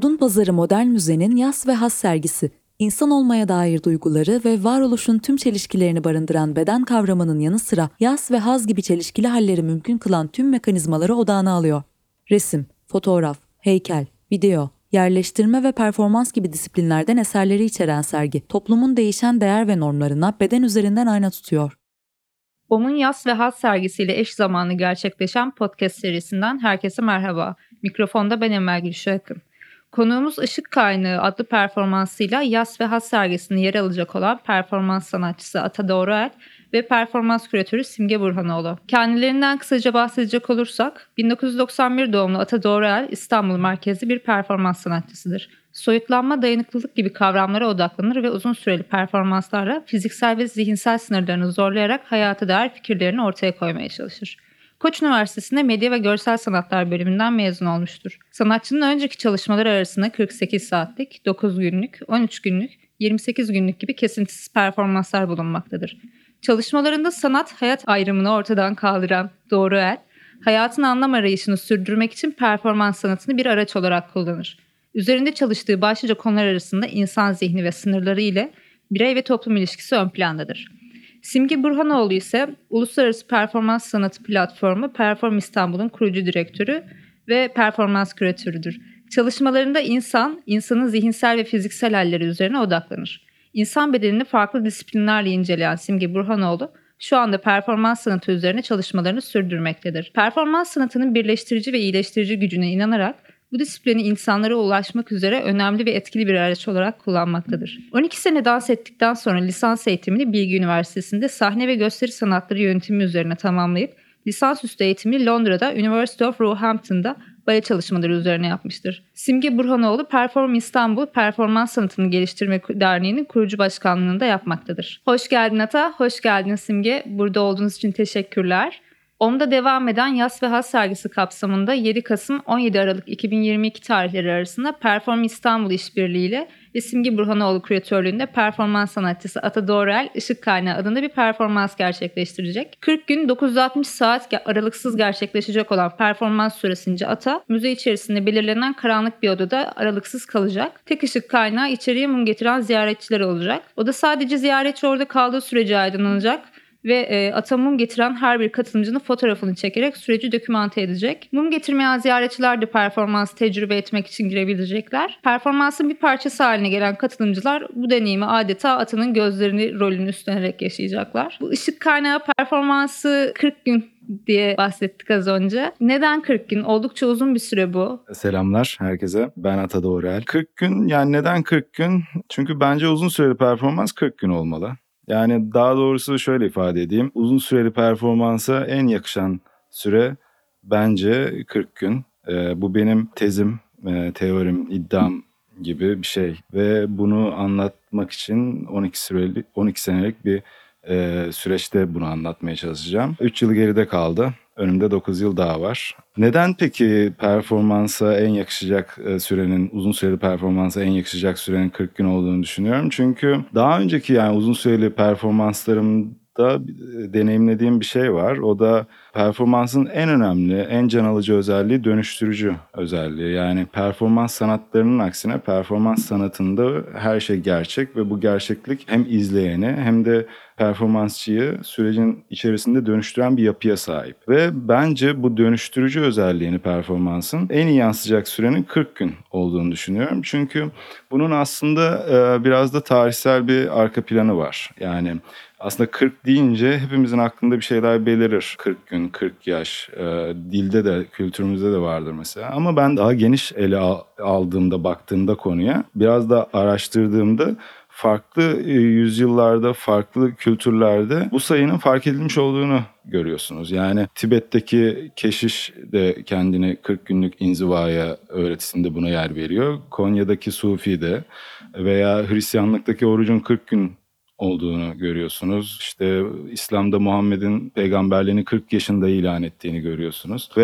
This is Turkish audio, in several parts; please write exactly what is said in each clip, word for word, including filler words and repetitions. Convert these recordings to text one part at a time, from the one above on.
Odunpazarı Modern Müze'nin Yas ve Has sergisi, insan olmaya dair duyguları ve varoluşun tüm çelişkilerini barındıran beden kavramının yanı sıra yas ve haz gibi çelişkili halleri mümkün kılan tüm mekanizmaları odağına alıyor. Resim, fotoğraf, heykel, video, yerleştirme ve performans gibi disiplinlerden eserleri içeren sergi, toplumun değişen değer ve normlarına beden üzerinden ayna tutuyor. O M O'nun Yas ve Haz sergisiyle eş zamanlı gerçekleşen podcast serisinden herkese merhaba. Mikrofonda ben Emel Gülşah Akın. Konuğumuz Işık Kaynağı adlı performansıyla Yas ve Haz sergisinde yer alacak olan performans sanatçısı Ata Doğruel ve performans küratörü Simge Burhanoğlu. Kendilerinden kısaca bahsedecek olursak, bin dokuz yüz doksan bir doğumlu Ata Doğruel, İstanbul merkezli bir performans sanatçısıdır. Soyutlanma, dayanıklılık gibi kavramlara odaklanır ve uzun süreli performanslarla fiziksel ve zihinsel sınırlarını zorlayarak hayata dair fikirlerini ortaya koymaya çalışır. Koç Üniversitesi'nde Medya ve Görsel Sanatlar bölümünden mezun olmuştur. Sanatçının önceki çalışmaları arasında kırk sekiz saatlik, dokuz günlük, on üç günlük, yirmi sekiz günlük gibi kesintisiz performanslar bulunmaktadır. Çalışmalarında sanat-hayat ayrımını ortadan kaldıran Doğruel, hayatın anlam arayışını sürdürmek için performans sanatını bir araç olarak kullanır. Üzerinde çalıştığı başlıca konular arasında insan zihni ve sınırları ile birey ve toplum ilişkisi ön plandadır. Simge Burhanoğlu ise Uluslararası Performans Sanatı Platformu Perform İstanbul'un kurucu direktörü ve performans küratörüdür. Çalışmalarında insan, insanın zihinsel ve fiziksel halleri üzerine odaklanır. İnsan bedenini farklı disiplinlerle inceleyen Simge Burhanoğlu, şu anda performans sanatı üzerine çalışmalarını sürdürmektedir. Performans sanatının birleştirici ve iyileştirici gücüne inanarak bu disiplini insanlara ulaşmak üzere önemli ve etkili bir araç olarak kullanmaktadır. on iki sene dans ettikten sonra lisans eğitimini Bilgi Üniversitesi'nde sahne ve gösteri sanatları yönetimi üzerine tamamlayıp lisansüstü eğitimini Londra'da University of Roehampton'da bale çalışmaları üzerine yapmıştır. Simge Burhanoğlu Perform İstanbul Performans Sanatını Geliştirme Derneği'nin kurucu başkanlığını da yapmaktadır. Hoş geldin Ata, hoş geldin Simge. Burada olduğunuz için teşekkürler. O M O'da devam eden Yas ve Haz sergisi kapsamında yedi Kasım on yedi Aralık iki bin yirmi iki tarihleri arasında Perform İstanbul işbirliğiyle ve Simge Burhanoğlu küratörlüğünde performans sanatçısı Ata Doğruel Işık Kaynağı adında bir performans gerçekleştirecek. kırk gün dokuz yüz altmış saat aralıksız gerçekleşecek olan performans süresince Ata, müze içerisinde belirlenen karanlık bir odada aralıksız kalacak. Tek ışık kaynağı içeriye mum getiren ziyaretçiler olacak. Oda sadece ziyaretçi orada kaldığı sürece aydınlanacak ve e, Ata mum getiren her bir katılımcının fotoğrafını çekerek süreci dokümante edecek. Mum getirmeyen ziyaretçiler de performansı tecrübe etmek için girebilecekler. Performansın bir parçası haline gelen katılımcılar bu deneyimi adeta Ata'nın gözlerini rolünü üstlenerek yaşayacaklar. Bu ışık kaynağı performansı kırk gün diye bahsettik az önce. Neden kırk gün? Oldukça uzun bir süre bu. Selamlar herkese. Ben Ata Doğruel. kırk gün, yani neden kırk gün? Çünkü bence uzun süreli performans kırk gün olmalı. Yani daha doğrusu şöyle ifade edeyim. Uzun süreli performansa en yakışan süre bence kırk gün. Ee, bu benim tezim, e, teorim, iddiam gibi bir şey. Ve bunu anlatmak için on iki süreli, on iki senelik bir e, süreçte bunu anlatmaya çalışacağım. üç yıl geride kaldı. Önümde dokuz yıl daha var. Neden peki performansa en yakışacak sürenin, uzun süreli performansa en yakışacak sürenin kırk gün olduğunu düşünüyorum. Çünkü daha önceki yani uzun süreli performanslarımda deneyimlediğim bir şey var. O da performansın en önemli, en can alıcı özelliği dönüştürücü özelliği. Yani performans sanatlarının aksine performans sanatında her şey gerçek ve bu gerçeklik hem izleyeni hem de performansçıyı sürecin içerisinde dönüştüren bir yapıya sahip. Ve bence bu dönüştürücü özelliğini performansın en iyi yansıyacak sürenin kırk gün olduğunu düşünüyorum. Çünkü bunun aslında e, biraz da tarihsel bir arka planı var. Yani aslında kırk deyince hepimizin aklında bir şeyler belirir. kırk gün, kırk yaş, e, dilde de, kültürümüzde de vardır mesela. Ama ben daha geniş ele aldığımda, baktığımda konuya, biraz da araştırdığımda farklı yüzyıllarda, farklı kültürlerde bu sayının fark edilmiş olduğunu görüyorsunuz. Yani Tibet'teki keşiş de kendini kırk günlük inzivaya öğretisinde buna yer veriyor. Konya'daki Sufi de veya Hristiyanlıktaki orucun kırk gün olduğunu görüyorsunuz. İşte İslam'da Muhammed'in peygamberliğini kırk yaşında ilan ettiğini görüyorsunuz. Veya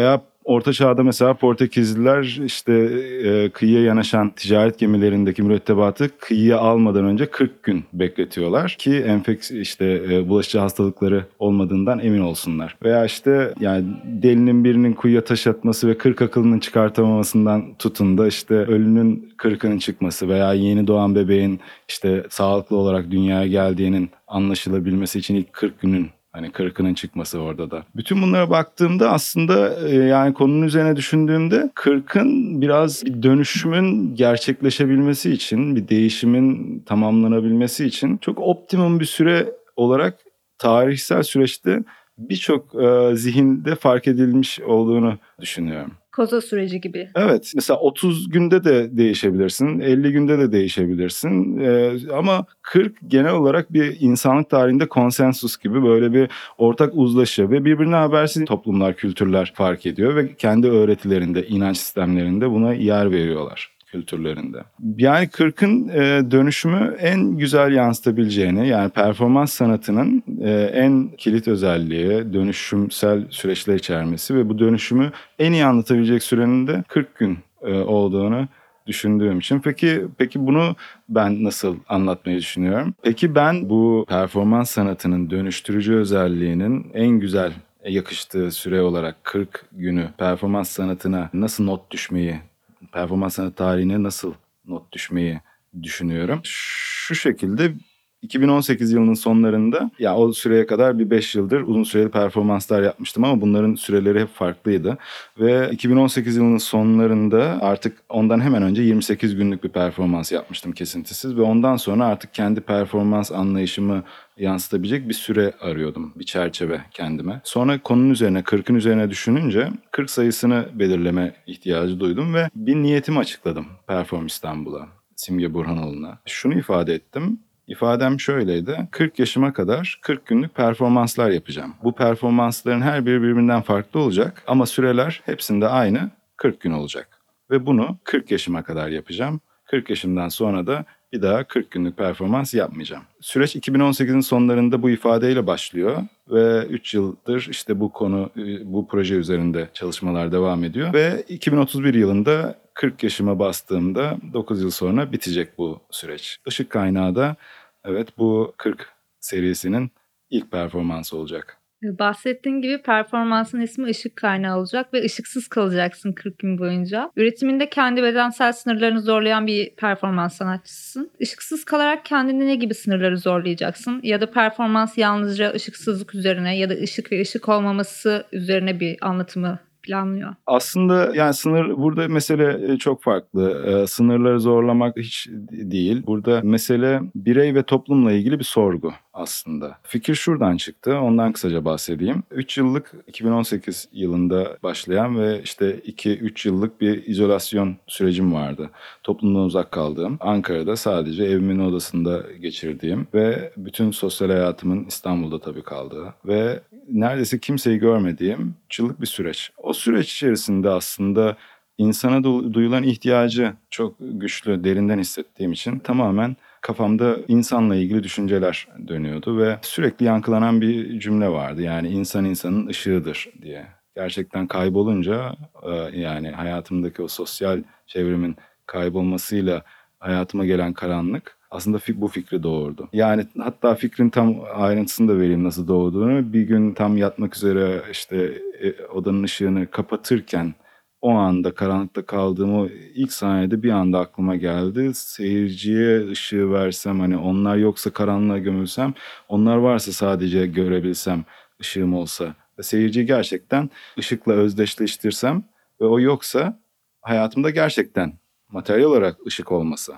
Orta Çağ'da mesela Portekizliler işte e, kıyıya yanaşan ticaret gemilerindeki mürettebatı kıyıya almadan önce kırk gün bekletiyorlar ki enfeks işte e, bulaşıcı hastalıkları olmadığından emin olsunlar. Veya işte yani delinin birinin kuyuya taş atması ve kırk akıllının çıkartamamasından tutun da işte ölünün kırkının çıkması veya yeni doğan bebeğin işte sağlıklı olarak dünyaya geldiğinin anlaşılabilmesi için ilk kırk günün hani kırkının çıkması orada da. Bütün bunlara baktığımda aslında yani konunun üzerine düşündüğümde kırkın biraz bir dönüşümün gerçekleşebilmesi için, bir değişimin tamamlanabilmesi için çok optimum bir süre olarak tarihsel süreçte birçok e, zihinde fark edilmiş olduğunu düşünüyorum. Koza süreci gibi. Evet. Mesela otuz günde de değişebilirsin. elli günde de değişebilirsin. Ee, ama kırk genel olarak bir insanlık tarihinde konsensus gibi böyle bir ortak uzlaşı ve birbirine habersiz toplumlar, kültürler fark ediyor ve kendi öğretilerinde, inanç sistemlerinde buna yer veriyorlar. Kültürlerinde. Yani kırkın e, dönüşümü en güzel yansıtabileceğini, yani performans sanatının e, en kilit özelliği dönüşümsel süreçler içermesi ve bu dönüşümü en iyi anlatabilecek sürenin de kırk gün e, olduğunu düşündüğüm için. Peki peki bunu ben nasıl anlatmayı düşünüyorum? Peki ben bu performans sanatının dönüştürücü özelliğinin en güzel yakıştığı süre olarak kırk günü performans sanatına nasıl not düşmeyi, performans sanat tarihine nasıl not düşmeyi düşünüyorum? Şu şekilde iki bin on sekiz yılının sonlarında ya o süreye kadar bir beş yıldır uzun süreli performanslar yapmıştım ama bunların süreleri hep farklıydı. Ve iki bin on sekiz yılının sonlarında artık ondan hemen önce yirmi sekiz günlük bir performans yapmıştım kesintisiz ve ondan sonra artık kendi performans anlayışımı yansıtabilecek bir süre arıyordum, bir çerçeve kendime. Sonra konunun üzerine, kırkın üzerine düşününce kırk sayısını belirleme ihtiyacı duydum ve bir niyetimi açıkladım Perform İstanbul'a, Simge Burhanoğlu'na. Şunu ifade ettim. İfadem şöyleydi. kırk yaşıma kadar kırk günlük performanslar yapacağım. Bu performansların her biri birbirinden farklı olacak ama süreler hepsinde aynı kırk gün olacak. Ve bunu kırk yaşıma kadar yapacağım. kırk yaşımdan sonra da bir daha kırk günlük performans yapmayacağım. Süreç iki bin on sekizin sonlarında bu ifadeyle başlıyor ve üç yıldır işte bu konu, bu proje üzerinde çalışmalar devam ediyor. Ve iki bin otuz bir yılında kırk yaşıma bastığımda dokuz yıl sonra bitecek bu süreç. Işık Kaynağı da evet bu kırk serisinin ilk performansı olacak. Bahsettiğin gibi performansın ismi ışık kaynağı olacak ve ışıksız kalacaksın kırk gün boyunca. Üretiminde kendi bedensel sınırlarını zorlayan bir performans sanatçısın. Işıksız kalarak kendini ne gibi sınırları zorlayacaksın? Ya da performans yalnızca ışıksızlık üzerine ya da ışık ve ışık olmaması üzerine bir anlatımı planlıyor. Aslında yani sınır burada mesele çok farklı. Ee, sınırları zorlamak hiç değil. Burada mesele birey ve toplumla ilgili bir sorgu aslında. Fikir şuradan çıktı. Ondan kısaca bahsedeyim. üç yıllık iki bin on sekiz yılında başlayan ve işte iki üç yıllık bir izolasyon sürecim vardı. Toplumdan uzak kaldığım, Ankara'da sadece evimin odasında geçirdiğim ve bütün sosyal hayatımın İstanbul'da tabii kaldığı ve neredeyse kimseyi görmediğim üç yıllık bir süreç. O süreç içerisinde aslında insana duyulan ihtiyacı çok güçlü, derinden hissettiğim için tamamen kafamda insanla ilgili düşünceler dönüyordu ve sürekli yankılanan bir cümle vardı. Yani insan insanın ışığıdır diye. Gerçekten kaybolunca yani hayatımdaki o sosyal çevremin kaybolmasıyla hayatıma gelen karanlık aslında bu fikri doğurdu. Yani hatta fikrin tam ayrıntısını da vereyim nasıl doğduğunu. Bir gün tam yatmak üzere işte odanın ışığını kapatırken o anda karanlıkta kaldığım o ilk saniyede bir anda aklıma geldi. Seyirciye ışığı versem hani onlar yoksa karanlığa gömülsem, onlar varsa sadece görebilsem, ışığım olsa ve seyirciyi gerçekten ışıkla özdeşleştirsem ve o yoksa hayatımda gerçekten materyal olarak ışık olmasa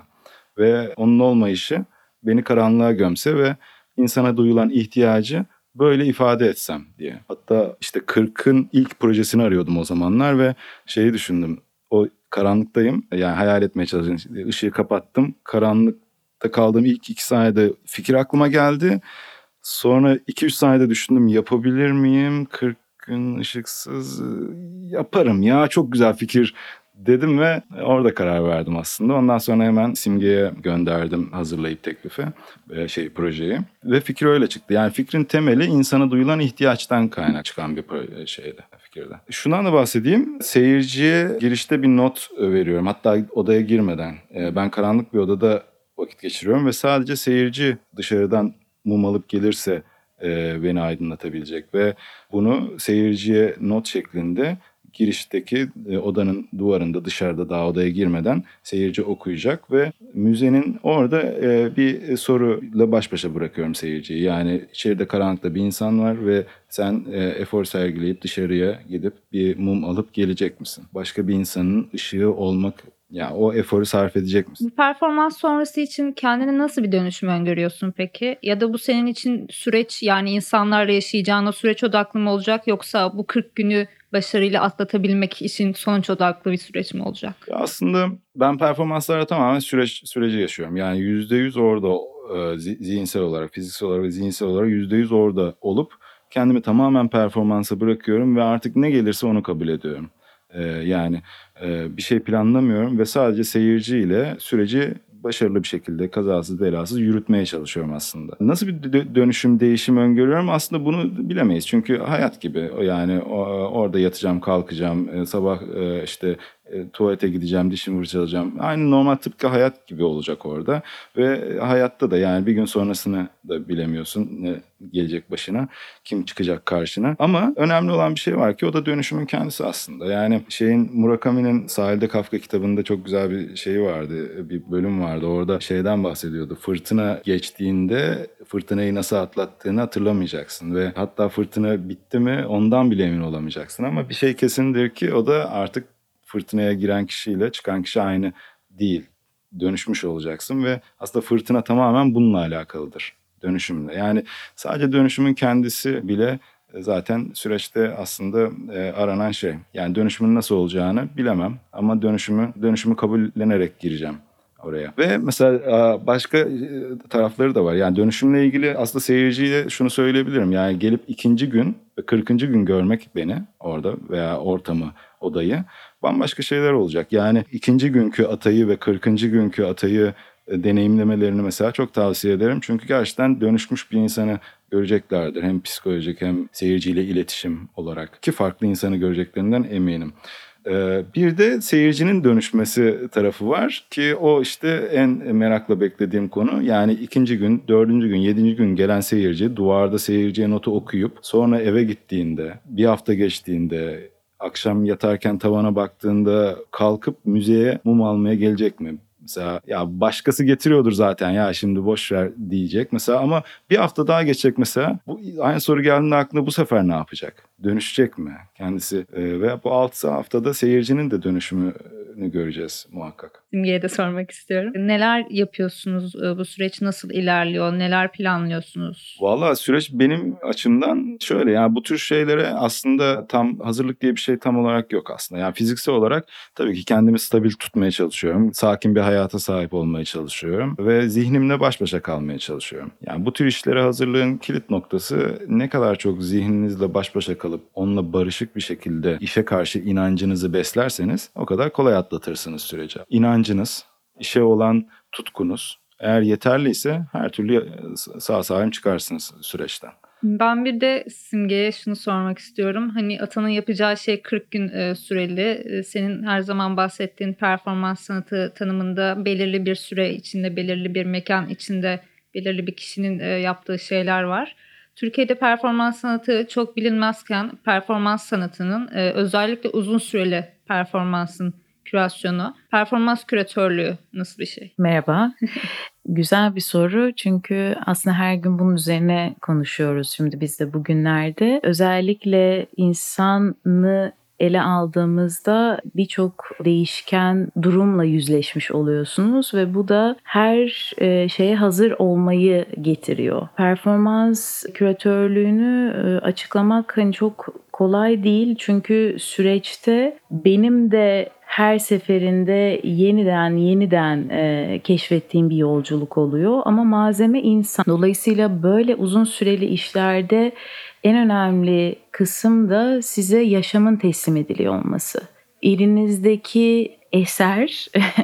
ve onun olmayışı beni karanlığa gömse ve insana duyulan ihtiyacı böyle ifade etsem diye. Hatta işte kırkın ilk projesini arıyordum o zamanlar ve şeyi düşündüm. O karanlıktayım. Yani hayal etmeye çalışıyorum. Işığı kapattım. Karanlıkta kaldığım ilk iki saniyede fikir aklıma geldi. Sonra iki üç saniyede düşündüm. Yapabilir miyim? kırk gün ışıksız yaparım ya. Çok güzel fikir dedim ve orada karar verdim aslında. Ondan sonra hemen Simge'ye gönderdim hazırlayıp teklifi, şey projeyi. Ve fikir öyle çıktı. Yani fikrin temeli insana duyulan ihtiyaçtan kaynak çıkan bir şeydi. fikirde. Şundan da bahsedeyim. Seyirciye girişte bir not veriyorum. Hatta odaya girmeden. Ben karanlık bir odada vakit geçiriyorum ve sadece seyirci dışarıdan mum alıp gelirse beni aydınlatabilecek ve bunu seyirciye not şeklinde girişteki odanın duvarında, dışarıda daha odaya girmeden seyirci okuyacak ve müzenin orada bir soruyla baş başa bırakıyorum seyirciyi. Yani içeride karanlıkta bir insan var ve sen efor sergileyip dışarıya gidip bir mum alıp gelecek misin? Başka bir insanın ışığı olmak, ya o eforu sarf edecek misin? Bu performans sonrası için kendine nasıl bir dönüşüm öngörüyorsun peki? Ya da bu senin için süreç, yani insanlarla yaşayacağın o süreç odaklı mı olacak, yoksa bu kırk günü başarıyla atlatabilmek için sonuç odaklı bir süreç mi olacak? Ya aslında ben performanslarda tamamen süreç süreci yaşıyorum. Yani yüzde yüz orada e, zihinsel olarak, fiziksel olarak ve zihinsel olarak yüzde yüz orada olup kendimi tamamen performansa bırakıyorum ve artık ne gelirse onu kabul ediyorum. Ee, yani e, bir şey planlamıyorum ve sadece seyirciyle süreci başarılı bir şekilde kazasız belasız yürütmeye çalışıyorum aslında. Nasıl bir dö- dönüşüm, değişim öngörüyorum? Aslında bunu bilemeyiz. Çünkü hayat gibi. Yani o- orada yatacağım, kalkacağım, e, sabah e, işte e, tuvalete gideceğim, dişimi fırçalayacağım. Aynı normal tıpkı hayat gibi olacak orada. Ve hayatta da yani bir gün sonrasını da bilemiyorsun. Ne gelecek başına, kim çıkacak karşına. Ama önemli olan bir şey var ki o da dönüşümün kendisi aslında. Yani şeyin, Murakami'nin Sahilde Kafka kitabında çok güzel bir şey vardı. Bir bölüm vardı. Orada şeyden bahsediyordu. Fırtına geçtiğinde fırtınayı nasıl atlattığını hatırlamayacaksın ve hatta fırtına bitti mi ondan bile emin olamayacaksın. Ama bir şey kesindir ki o da artık fırtınaya giren kişiyle çıkan kişi aynı değil. Dönüşmüş olacaksın ve aslında fırtına tamamen bununla alakalıdır. Dönüşümle. Yani sadece dönüşümün kendisi bile zaten süreçte aslında e, aranan şey. Yani dönüşümün nasıl olacağını bilemem ama dönüşümü dönüşümü kabullenerek gireceğim oraya. Ve mesela başka tarafları da var. Yani dönüşümle ilgili aslında seyirciye şunu söyleyebilirim. Yani gelip ikinci gün ve kırkıncı gün görmek beni orada veya ortamı, odayı bambaşka şeyler olacak. Yani ikinci günkü Atay'ı ve kırkıncı günkü Atay'ı deneyimlemelerini mesela çok tavsiye ederim. Çünkü gerçekten dönüşmüş bir insanı göreceklerdir. Hem psikolojik hem seyirciyle iletişim olarak. İki farklı insanı göreceklerinden eminim. Bir de seyircinin dönüşmesi tarafı var ki o işte en merakla beklediğim konu. Yani ikinci gün, dördüncü gün, yedinci gün gelen seyirci duvarda seyirciye notu okuyup sonra eve gittiğinde, bir hafta geçtiğinde, akşam yatarken tavana baktığında kalkıp müzeye mum almaya gelecek mi? Mesela ya başkası getiriyordur zaten ya şimdi boş ver diyecek mesela ama bir hafta daha geçecek mesela. Bu aynı soru geldiğinde aklına bu sefer ne yapacak? Dönüşecek mi kendisi? Ee, ve bu altı haftada seyircinin de dönüşümünü göreceğiz muhakkak. Simge'ye de sormak istiyorum. Neler yapıyorsunuz? Bu süreç nasıl ilerliyor? Neler planlıyorsunuz? Vallahi süreç benim açımdan şöyle, yani bu tür şeylere aslında tam hazırlık diye bir şey tam olarak yok aslında. Yani fiziksel olarak tabii ki kendimi stabil tutmaya çalışıyorum. Sakin bir hayata sahip olmaya çalışıyorum ve zihnimle baş başa kalmaya çalışıyorum. Yani bu tür işlere hazırlığın kilit noktası ne kadar çok zihninizle baş başa kalıp onunla barışık bir şekilde işe karşı inancınızı beslerseniz o kadar kolay atlatırsınız süreci. İnancınız, işe olan tutkunuz eğer yeterliyse her türlü sağ salim çıkarsınız süreçten. Ben bir de Simge'ye şunu sormak istiyorum. Hani Atan'ın yapacağı şey kırk gün e, süreli. E, senin her zaman bahsettiğin performans sanatı tanımında belirli bir süre içinde, belirli bir mekan içinde, belirli bir kişinin e, yaptığı şeyler var. Türkiye'de performans sanatı çok bilinmezken performans sanatının e, özellikle uzun süreli performansın kürasyonu, performans küratörlüğü nasıl bir şey? Merhaba. Güzel bir soru çünkü aslında her gün bunun üzerine konuşuyoruz şimdi biz de bugünlerde. Özellikle insanı ele aldığımızda birçok değişken durumla yüzleşmiş oluyorsunuz ve bu da her şeye hazır olmayı getiriyor. Performans küratörlüğünü açıklamak hani çok kolay değil çünkü süreçte benim de her seferinde yeniden yeniden e, keşfettiğim bir yolculuk oluyor ama malzeme insan. Dolayısıyla böyle uzun süreli işlerde en önemli kısım da size yaşamın teslim ediliyor olması. Elinizdeki eser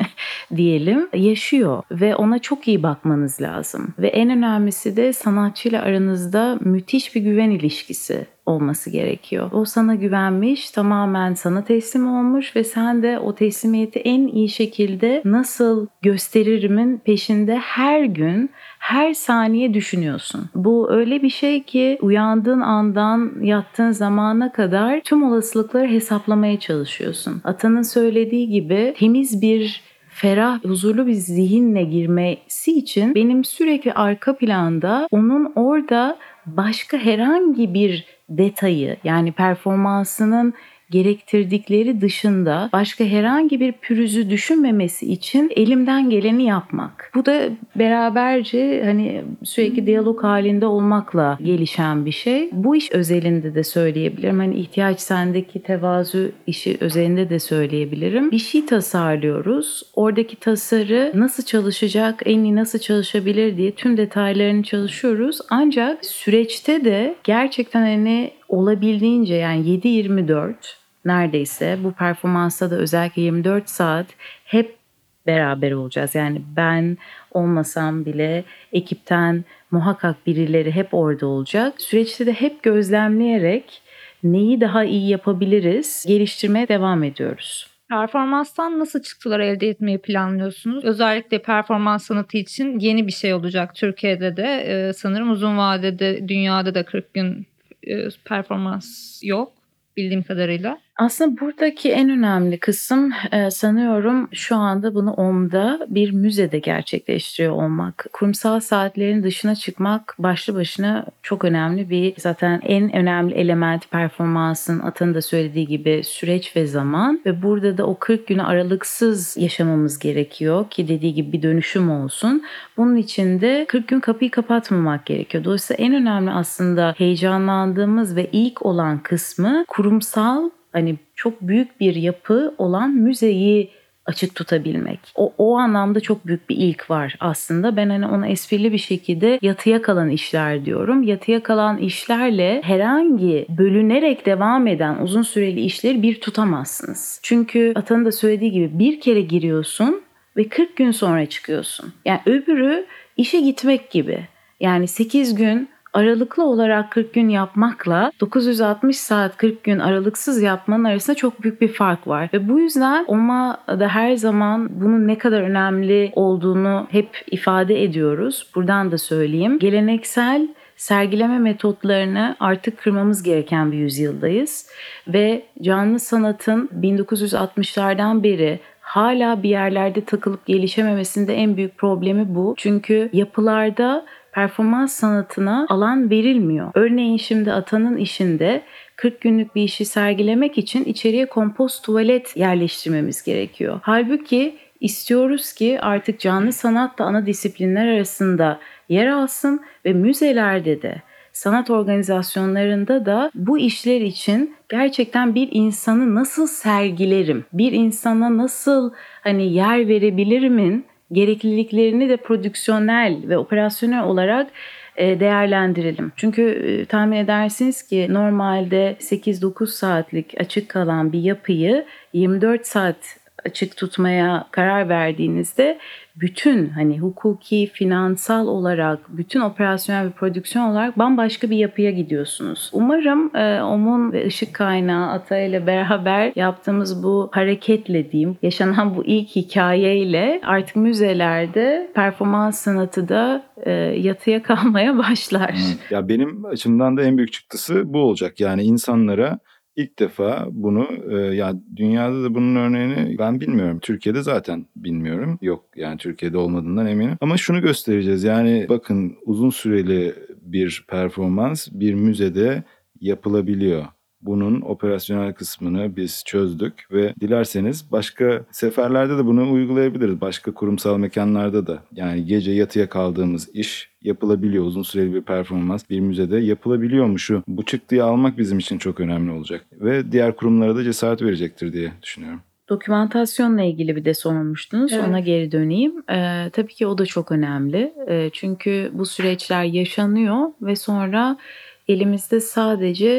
diyelim yaşıyor ve ona çok iyi bakmanız lazım. Ve en önemlisi de sanatçıyla aranızda müthiş bir güven ilişkisi olması gerekiyor. O sana güvenmiş, tamamen sana teslim olmuş ve sen de o teslimiyeti en iyi şekilde nasıl gösteririmin peşinde her gün, her saniye düşünüyorsun. Bu öyle bir şey ki uyandığın andan yattığın zamana kadar tüm olasılıkları hesaplamaya çalışıyorsun. Atanın söylediği gibi temiz bir ferah, huzurlu bir zihinle girmesi için benim sürekli arka planda onun orada başka herhangi bir detayı, yani performansının gerektirdikleri dışında başka herhangi bir pürüzü düşünmemesi için elimden geleni yapmak. Bu da beraberce hani sürekli diyalog halinde olmakla gelişen bir şey. Bu iş özelinde de söyleyebilirim. Hani ihtiyaç sendeki tevazu işi özelinde de söyleyebilirim. Bir şey tasarlıyoruz. Oradaki tasarı nasıl çalışacak, en iyi nasıl çalışabilir diye tüm detaylarını çalışıyoruz. Ancak süreçte de gerçekten hani olabildiğince, yani yedi yirmi dört neredeyse bu performansta da özellikle yirmi dört saat hep beraber olacağız. Yani ben olmasam bile ekipten muhakkak birileri hep orada olacak. Süreçte de hep gözlemleyerek neyi daha iyi yapabiliriz geliştirmeye devam ediyoruz. Performanstan nasıl çıktılar elde etmeyi planlıyorsunuz? Özellikle performans sanatı için yeni bir şey olacak Türkiye'de de. Ee, sanırım uzun vadede dünyada da kırk gün e, performans yok bildiğim kadarıyla. Aslında buradaki en önemli kısım e, sanıyorum şu anda bunu O M'da bir müzede gerçekleştiriyor olmak. Kurumsal saatlerin dışına çıkmak başlı başına çok önemli bir, zaten en önemli element performansın, Atan'ın da söylediği gibi, süreç ve zaman ve burada da o kırk günü aralıksız yaşamamız gerekiyor ki dediği gibi bir dönüşüm olsun. Bunun için de kırk gün kapıyı kapatmamak gerekiyor. Dolayısıyla en önemli aslında heyecanlandığımız ve ilk olan kısmı kurumsal, hani çok büyük bir yapı olan müzeyi açık tutabilmek. O, o anlamda çok büyük bir ilk var aslında. Ben hani ona esprili bir şekilde yatıya kalan işler diyorum. Yatıya kalan işlerle herhangi bölünerek devam eden uzun süreli işleri bir tutamazsınız. Çünkü Atan'ın da söylediği gibi bir kere giriyorsun ve kırk gün sonra çıkıyorsun. Yani öbürü işe gitmek gibi. Yani sekiz gün aralıklı olarak kırk gün yapmakla dokuz yüz altmış saat kırk gün aralıksız yapmanın arasında çok büyük bir fark var. Ve bu yüzden O M'da her zaman bunun ne kadar önemli olduğunu hep ifade ediyoruz. Buradan da söyleyeyim. Geleneksel sergileme metotlarını artık kırmamız gereken bir yüzyıldayız. Ve canlı sanatın bin dokuz yüz altmışlardan beri hala bir yerlerde takılıp gelişememesinde en büyük problemi bu. Çünkü yapılarda performans sanatına alan verilmiyor. Örneğin şimdi Atan'ın işinde kırk günlük bir işi sergilemek için içeriye kompost tuvalet yerleştirmemiz gerekiyor. Halbuki istiyoruz ki artık canlı sanat da ana disiplinler arasında yer alsın ve müzelerde de, sanat organizasyonlarında da bu işler için gerçekten bir insanı nasıl sergilerim, bir insana nasıl hani yer verebilirimin gerekliliklerini de prodüksiyonel ve operasyonel olarak değerlendirelim. Çünkü tahmin edersiniz ki normalde sekiz dokuz saatlik açık kalan bir yapıyı yirmi dört saat açık tutmaya karar verdiğinizde bütün hani hukuki, finansal olarak, bütün operasyonel ve prodüksiyon olarak bambaşka bir yapıya gidiyorsunuz. Umarım e, O M'un ve Işık Kaynağı Ata ile beraber yaptığımız bu hareketle diyeyim, yaşanan bu ilk hikayeyle artık müzelerde performans sanatı da e, yatıya kalmaya başlar. Ya benim açımdan da en büyük çıktısı bu olacak. Yani insanlara İlk defa bunu e, ya dünyada da bunun örneğini ben bilmiyorum. Türkiye'de zaten bilmiyorum. Yok yani Türkiye'de olmadığından eminim. Ama şunu göstereceğiz. Yani bakın uzun süreli bir performans bir müzede yapılabiliyor. Bunun operasyonel kısmını biz çözdük ve dilerseniz başka seferlerde de bunu uygulayabiliriz. Başka kurumsal mekanlarda da. Yani gece yatıya kaldığımız iş yapılabiliyor. Uzun süreli bir performans bir müzede yapılabiliyormuşu. Bu çıktıyı almak bizim için çok önemli olacak. Ve diğer kurumlara da cesaret verecektir diye düşünüyorum. Dokümantasyonla ilgili bir de sormuştunuz. Evet. Ona geri döneyim. Ee, tabii ki o da çok önemli. Ee, çünkü bu süreçler yaşanıyor ve sonra elimizde sadece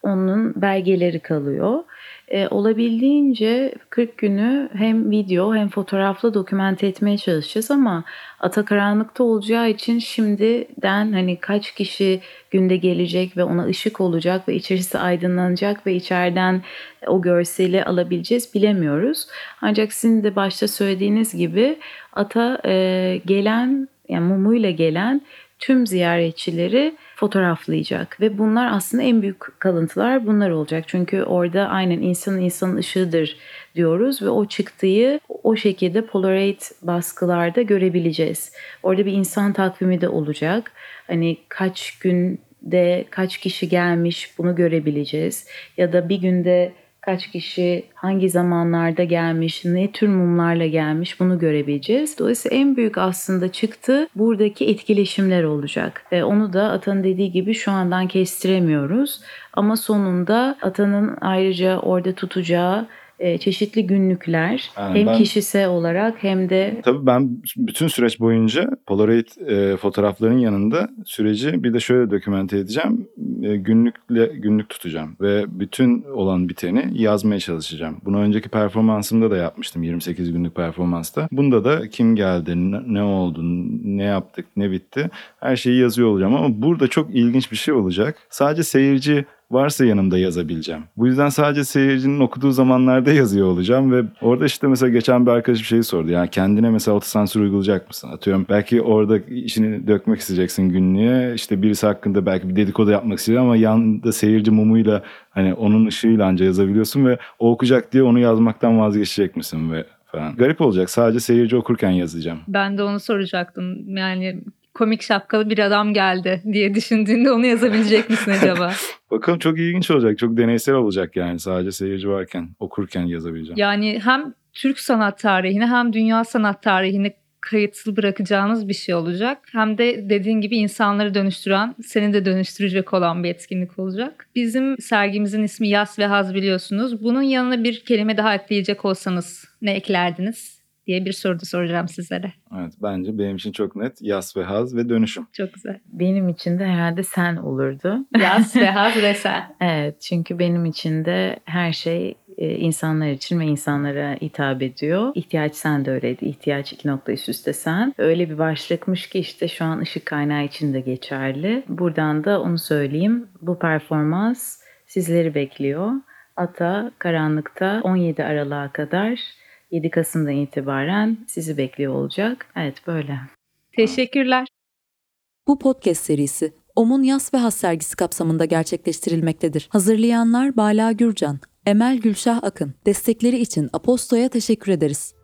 onun belgeleri kalıyor. E, olabildiğince kırk günü hem video hem fotoğrafla dokümente etmeye çalışacağız ama ata karanlıkta olacağı için şimdiden hani kaç kişi günde gelecek ve ona ışık olacak ve içerisi aydınlanacak ve içeriden o görseli alabileceğiz bilemiyoruz. Ancak sizin de başta söylediğiniz gibi ata e, gelen yani mumuyla gelen tüm ziyaretçileri fotoğraflayacak ve bunlar aslında en büyük kalıntılar bunlar olacak. Çünkü orada aynen insanın insanın ışığıdır diyoruz ve o çıktıyı o şekilde Polaroid baskılarda görebileceğiz. Orada bir insan takvimi de olacak. Hani kaç günde kaç kişi gelmiş bunu görebileceğiz. Ya da bir günde kaç kişi hangi zamanlarda gelmiş, ne tür mumlarla gelmiş bunu görebileceğiz. Dolayısıyla en büyük aslında çıktı buradaki etkileşimler olacak. E, onu da Ata'nın dediği gibi şu andan kestiremiyoruz. Ama sonunda Ata'nın ayrıca orada tutacağı e, çeşitli günlükler Yani hem ben, kişisel olarak hem de... Tabii ben bütün süreç boyunca Polaroid e, fotoğrafların yanında süreci bir de şöyle dokümente edeceğim. E, günlükle günlük tutacağım ve bütün olan biteni yazmaya çalışacağım. Bunu önceki performansımda da yapmıştım, yirmi sekiz günlük performansta. Bunda da kim geldi, ne, ne oldu, ne yaptık, ne bitti her şeyi yazıyor olacağım ama burada çok ilginç bir şey olacak. Sadece seyirci varsa yanımda yazabileceğim. Bu yüzden sadece seyircinin okuduğu zamanlarda yazıyor olacağım ve orada işte mesela geçen bir arkadaş bir şey sordu. Yani kendine mesela otosansür uygulayacak mısın? Atıyorum belki orada işini dökmek isteyeceksin günlüğe. İşte birisi hakkında belki bir dedikodu yapmak istiyor ama yanında seyirci mumuyla hani onun ışığıyla anca yazabiliyorsun ve o okuyacak diye onu yazmaktan vazgeçecek misin ve falan. Garip olacak. Sadece seyirci okurken yazacağım. Ben de onu soracaktım. Yani komik şapkalı bir adam geldi diye düşündüğünde onu yazabilecek misin acaba? Bakalım, çok ilginç olacak. Çok deneysel olacak yani. Sadece seyirci varken, okurken yazabileceğim. Yani hem Türk sanat tarihine hem dünya sanat tarihine kayıtlı bırakacağınız bir şey olacak. Hem de dediğin gibi insanları dönüştüren, seni de dönüştürecek olan bir etkinlik olacak. Bizim sergimizin ismi Yas ve Haz biliyorsunuz. Bunun yanına bir kelime daha ekleyecek olsanız ne eklerdiniz diye bir soru da soracağım sizlere. Evet, bence benim için çok net. Yas ve haz ve dönüşüm. Çok güzel. Benim için de herhalde sen olurdu. Yas ve Haz ve sen. Evet, çünkü benim için de her şey e, insanlar için ve insanlara hitap ediyor. İhtiyaç sen de öyleydi. İhtiyaç iki nokta üst üste sen. Öyle bir başlıkmış ki işte şu an ışık kaynağı için de geçerli. Buradan da onu söyleyeyim. Bu performans sizleri bekliyor. Ata Karanlık'ta on yedi Aralık'a kadar yedi Kasım'dan itibaren sizi bekliyor olacak. Evet, böyle. Teşekkürler. Bu podcast serisi Om'un Yas ve Haz sergisi kapsamında gerçekleştirilmektedir. Hazırlayanlar Bala Gürcan, Emel Gülşah Akın. Destekleri için Aposto'ya teşekkür ederiz.